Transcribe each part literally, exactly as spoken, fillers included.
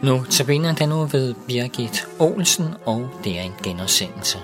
Nu tabiner den nu ved Birgit Olsen, og det er en genudsendelse.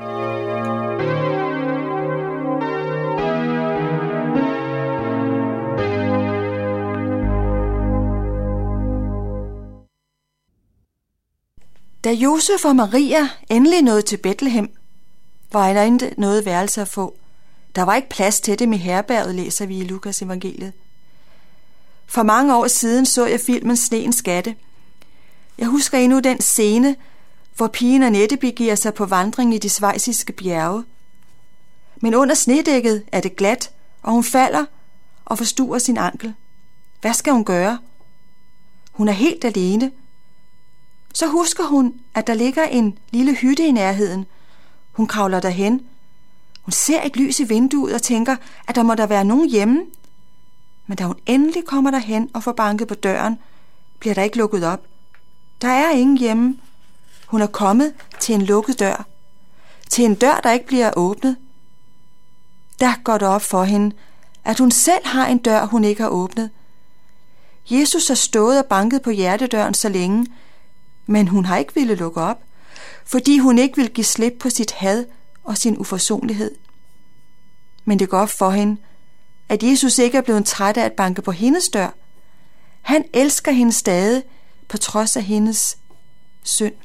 Da Josef og Maria endelig nåede til Betlehem, var der ikke noget værelse at få. Der var ikke plads til dem i herberget, læser vi i Lukas evangeliet. For mange år siden så jeg filmen Sneens skatte. Jeg husker endnu den scene, hvor pigen Annette begiver sig på vandring i de schweiziske bjerge. Men under snedækket er det glat, og hun falder og forstuer sin ankel. Hvad skal hun gøre? Hun er helt alene. Så husker hun, at der ligger en lille hytte i nærheden. Hun kravler derhen. Hun ser et lys i vinduet og tænker, at der må der være nogen hjemme. Men da hun endelig kommer derhen og får banket på døren, bliver der ikke lukket op. Der er ingen hjemme. Hun er kommet til en lukket dør. Til en dør, der ikke bliver åbnet. Der går det op for hende, at hun selv har en dør, hun ikke har åbnet. Jesus har stået og banket på hjertedøren så længe, men hun har ikke ville lukke op, fordi hun ikke vil give slip på sit had og sin uforsonlighed. Men det går op for hende, at Jesus ikke er blevet træt af at banke på hendes dør. Han elsker hende stadig, på trods af hendes synd.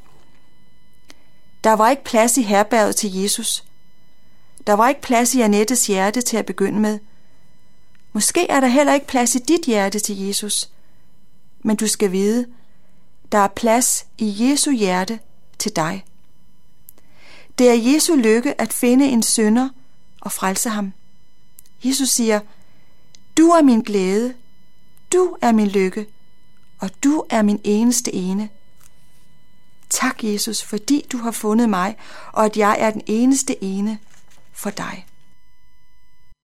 Der var ikke plads i herberget til Jesus. Der var ikke plads i Annettes hjerte til at begynde med. Måske er der heller ikke plads i dit hjerte til Jesus. Men du skal vide, der er plads i Jesu hjerte til dig. Det er Jesu lykke at finde en synder og frelse ham. Jesus siger, du er min glæde, du er min lykke, og du er min eneste ene. Tak, Jesus, fordi du har fundet mig, og at jeg er den eneste ene for dig.